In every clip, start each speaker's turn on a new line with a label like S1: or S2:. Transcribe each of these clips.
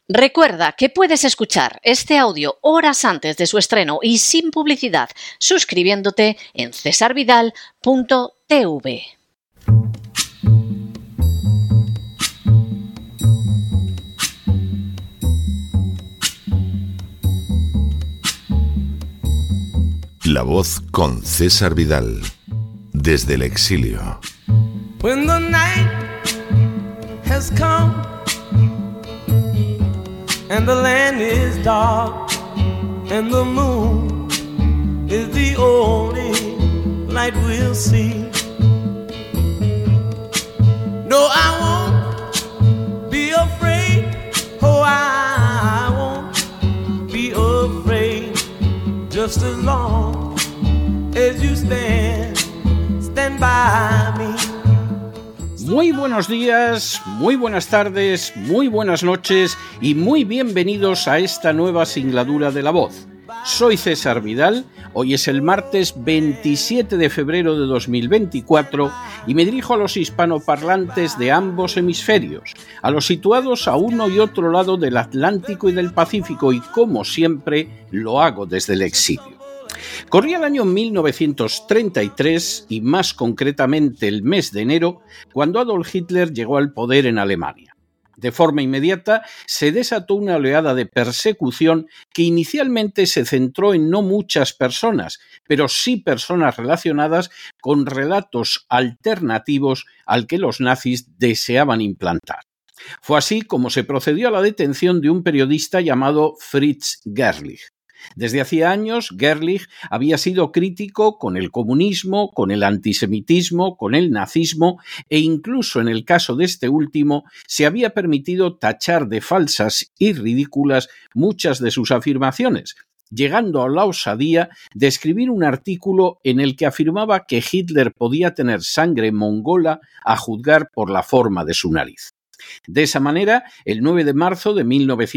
S1: Recuerda que puedes escuchar este audio horas antes de su estreno y sin publicidad suscribiéndote en cesarvidal.tv.
S2: La Voz con César Vidal, desde el exilio.
S3: When the night has come and the land is dark and the moon is the only light we'll see. No, I won't be afraid. Oh, I won't be afraid. Just as long as you stand by me.
S4: Muy buenos días, muy buenas tardes, muy buenas noches y muy bienvenidos a esta nueva singladura de La Voz. Soy César Vidal, hoy es el martes 27 de febrero de 2024 y me dirijo a los hispanoparlantes de ambos hemisferios, a los situados a uno y otro lado del Atlántico y del Pacífico y, como siempre, lo hago desde el exilio. Corría el año 1933 y más concretamente el mes de enero, cuando Adolf Hitler llegó al poder en Alemania. De forma inmediata se desató una oleada de persecución que inicialmente se centró en no muchas personas, pero sí personas relacionadas con relatos alternativos al que los nazis deseaban implantar. Fue así como se procedió a la detención de un periodista llamado Fritz Gerlich. Desde hacía años, Gerlich había sido crítico con el comunismo, con el antisemitismo, con el nazismo e incluso en el caso de este último se había permitido tachar de falsas y ridículas muchas de sus afirmaciones, llegando a la osadía de escribir un artículo en el que afirmaba que Hitler podía tener sangre mongola a juzgar por la forma de su nariz. De esa manera, el 9 de marzo de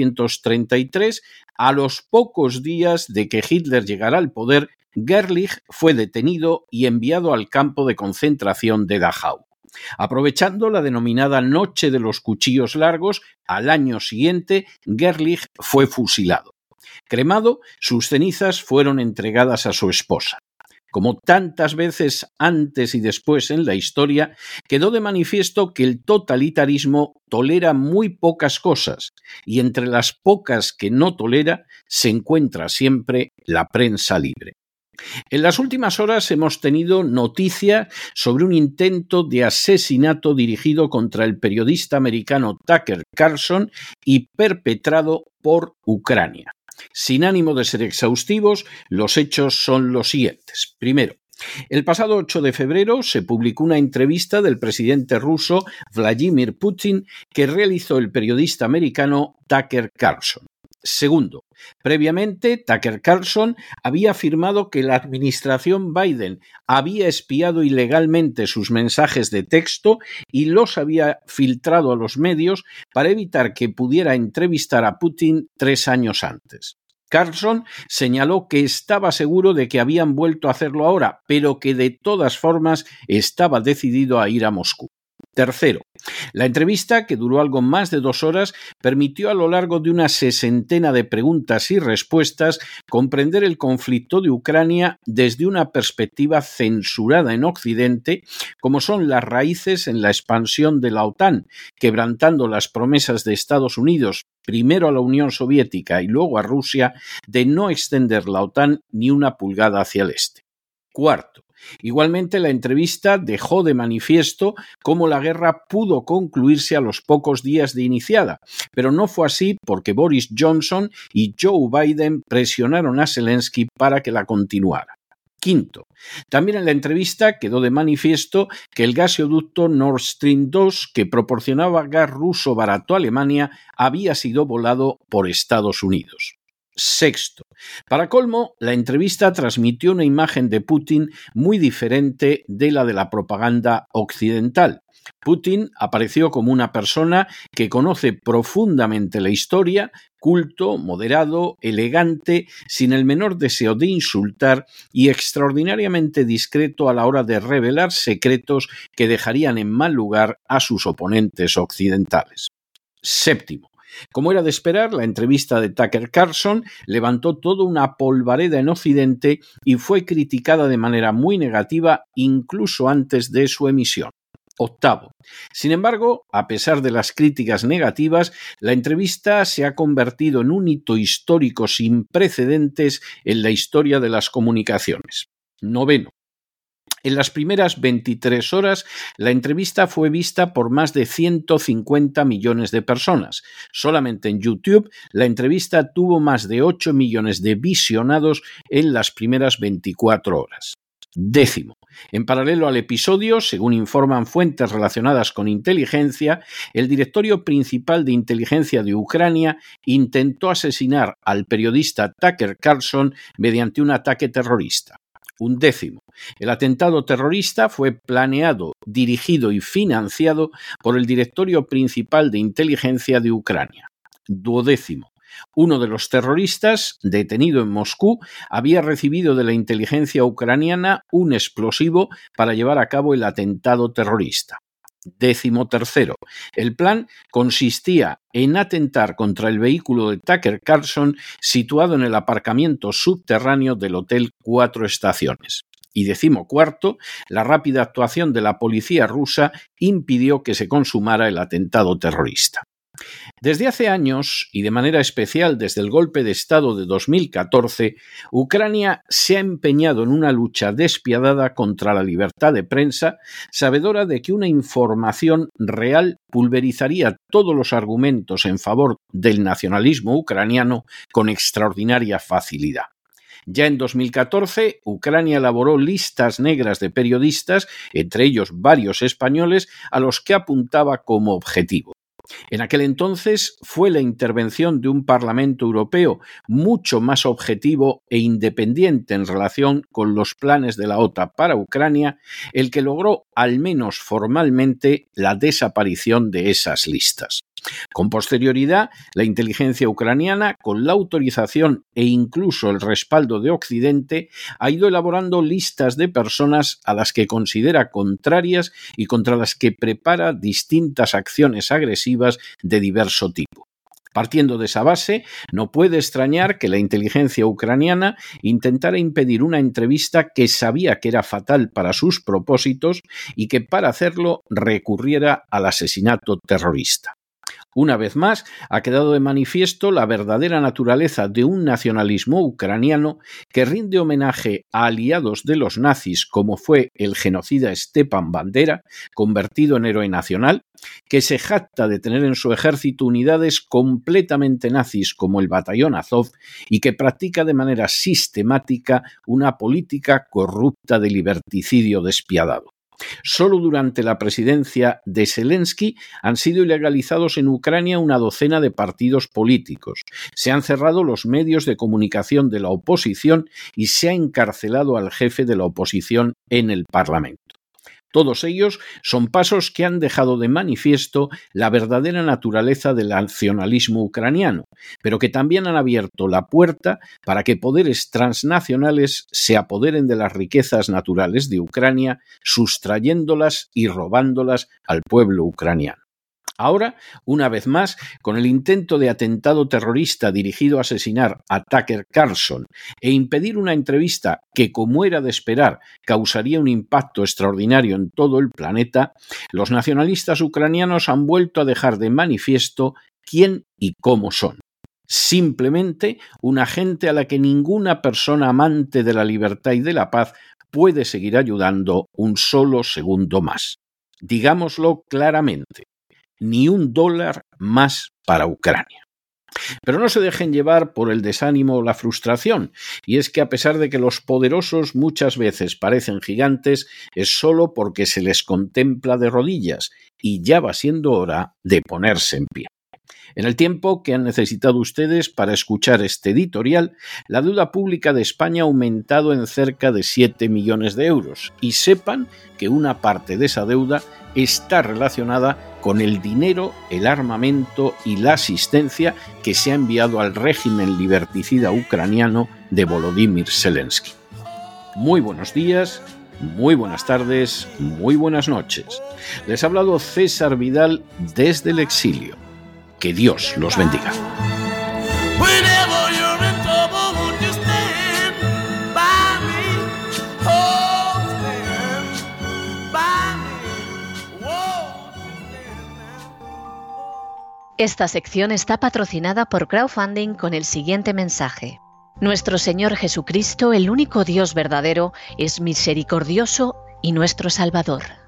S4: 1933, a los pocos días de que Hitler llegara al poder, Gerlich fue detenido y enviado al campo de concentración de Dachau. Aprovechando la denominada Noche de los Cuchillos Largos, al año siguiente, Gerlich fue fusilado. Cremado, sus cenizas fueron entregadas a su esposa. Como tantas veces antes y después en la historia, quedó de manifiesto que el totalitarismo tolera muy pocas cosas, y entre las pocas que no tolera se encuentra siempre la prensa libre. En las últimas horas hemos tenido noticia sobre un intento de asesinato dirigido contra el periodista americano Tucker Carlson y perpetrado por Ucrania. Sin ánimo de ser exhaustivos, los hechos son los siguientes. Primero, el pasado 8 de febrero se publicó una entrevista del presidente ruso Vladimir Putin que realizó el periodista americano Tucker Carlson. Segundo, previamente Tucker Carlson había afirmado que la administración Biden había espiado ilegalmente sus mensajes de texto y los había filtrado a los medios para evitar que pudiera entrevistar a Putin 3 años antes. Carlson señaló que estaba seguro de que habían vuelto a hacerlo ahora, pero que de todas formas estaba decidido a ir a Moscú. Tercero, la entrevista, que duró algo más de 2 horas, permitió a lo largo de una 60 de preguntas y respuestas comprender el conflicto de Ucrania desde una perspectiva censurada en Occidente, como son las raíces en la expansión de la OTAN, quebrantando las promesas de Estados Unidos, primero a la Unión Soviética y luego a Rusia, de no extender la OTAN ni una pulgada hacia el este. Cuarto, igualmente la entrevista dejó de manifiesto cómo la guerra pudo concluirse a los pocos días de iniciada, pero no fue así porque Boris Johnson y Joe Biden presionaron a Zelensky para que la continuara. Quinto, también en la entrevista quedó de manifiesto que el gasoducto Nord Stream 2, que proporcionaba gas ruso barato a Alemania, había sido volado por Estados Unidos. Sexto, para colmo, la entrevista transmitió una imagen de Putin muy diferente de la de la propaganda occidental. Putin apareció como una persona que conoce profundamente la historia, culto, moderado, elegante, sin el menor deseo de insultar y extraordinariamente discreto a la hora de revelar secretos que dejarían en mal lugar a sus oponentes occidentales. Séptimo, Como era de esperar, la entrevista de Tucker Carlson levantó toda una polvareda en Occidente y fue criticada de manera muy negativa incluso antes de su emisión. Octavo. Sin embargo, a pesar de las críticas negativas, la entrevista se ha convertido en un hito histórico sin precedentes en la historia de las comunicaciones. Noveno. En las primeras 23 horas, la entrevista fue vista por más de 150 millones de personas. Solamente en YouTube, la entrevista tuvo más de 8 millones de visionados en las primeras 24 horas. Décimo. En paralelo al episodio, según informan fuentes relacionadas con inteligencia, el directorio principal de inteligencia de Ucrania intentó asesinar al periodista Tucker Carlson mediante un ataque terrorista. Undécimo. El atentado terrorista fue planeado, dirigido y financiado por el directorio principal de inteligencia de Ucrania. Duodécimo. Uno de los terroristas, detenido en Moscú, había recibido de la inteligencia ucraniana un explosivo para llevar a cabo el atentado terrorista. 13. El plan consistía en atentar contra el vehículo de Tucker Carlson situado en el aparcamiento subterráneo del Hotel Cuatro Estaciones. Y 14. La rápida actuación de la policía rusa impidió que se consumara el atentado terrorista. Desde hace años, y de manera especial desde el golpe de Estado de 2014, Ucrania se ha empeñado en una lucha despiadada contra la libertad de prensa, sabedora de que una información real pulverizaría todos los argumentos en favor del nacionalismo ucraniano con extraordinaria facilidad. Ya en 2014, Ucrania elaboró listas negras de periodistas, entre ellos varios españoles, a los que apuntaba como objetivo. En aquel entonces fue la intervención de un Parlamento Europeo mucho más objetivo e independiente en relación con los planes de la OTAN para Ucrania el que logró, al menos formalmente, la desaparición de esas listas. Con posterioridad, la inteligencia ucraniana, con la autorización e incluso el respaldo de Occidente, ha ido elaborando listas de personas a las que considera contrarias y contra las que prepara distintas acciones agresivas de diverso tipo. Partiendo de esa base, no puede extrañar que la inteligencia ucraniana intentara impedir una entrevista que sabía que era fatal para sus propósitos y que para hacerlo recurriera al asesinato terrorista. Una vez más, ha quedado de manifiesto la verdadera naturaleza de un nacionalismo ucraniano que rinde homenaje a aliados de los nazis como fue el genocida Stepan Bandera, convertido en héroe nacional, que se jacta de tener en su ejército unidades completamente nazis como el batallón Azov y que practica de manera sistemática una política corrupta de liberticidio despiadado. Solo durante la presidencia de Zelensky han sido ilegalizados en Ucrania una docena de partidos políticos. Se han cerrado los medios de comunicación de la oposición y se ha encarcelado al jefe de la oposición en el Parlamento. Todos ellos son pasos que han dejado de manifiesto la verdadera naturaleza del nacionalismo ucraniano, pero que también han abierto la puerta para que poderes transnacionales se apoderen de las riquezas naturales de Ucrania, sustrayéndolas y robándolas al pueblo ucraniano. Ahora, una vez más, con el intento de atentado terrorista dirigido a asesinar a Tucker Carlson e impedir una entrevista que, como era de esperar, causaría un impacto extraordinario en todo el planeta, los nacionalistas ucranianos han vuelto a dejar de manifiesto quién y cómo son. Simplemente una gente a la que ninguna persona amante de la libertad y de la paz puede seguir ayudando un solo segundo más. Digámoslo claramente. Ni $1 más para Ucrania. Pero no se dejen llevar por el desánimo o la frustración, y es que a pesar de que los poderosos muchas veces parecen gigantes, es solo porque se les contempla de rodillas, y ya va siendo hora de ponerse en pie. En el tiempo que han necesitado ustedes para escuchar este editorial, la deuda pública de España ha aumentado en cerca de 7 millones de euros, y sepan que una parte de esa deuda está relacionada con el dinero, el armamento y la asistencia que se ha enviado al régimen liberticida ucraniano de Volodymyr Zelensky. Muy buenos días, muy buenas tardes, muy buenas noches. Les ha hablado César Vidal desde el exilio. Que Dios los bendiga.
S1: Esta sección está patrocinada por crowdfunding con el siguiente mensaje. Nuestro Señor Jesucristo, el único Dios verdadero, es misericordioso y nuestro Salvador.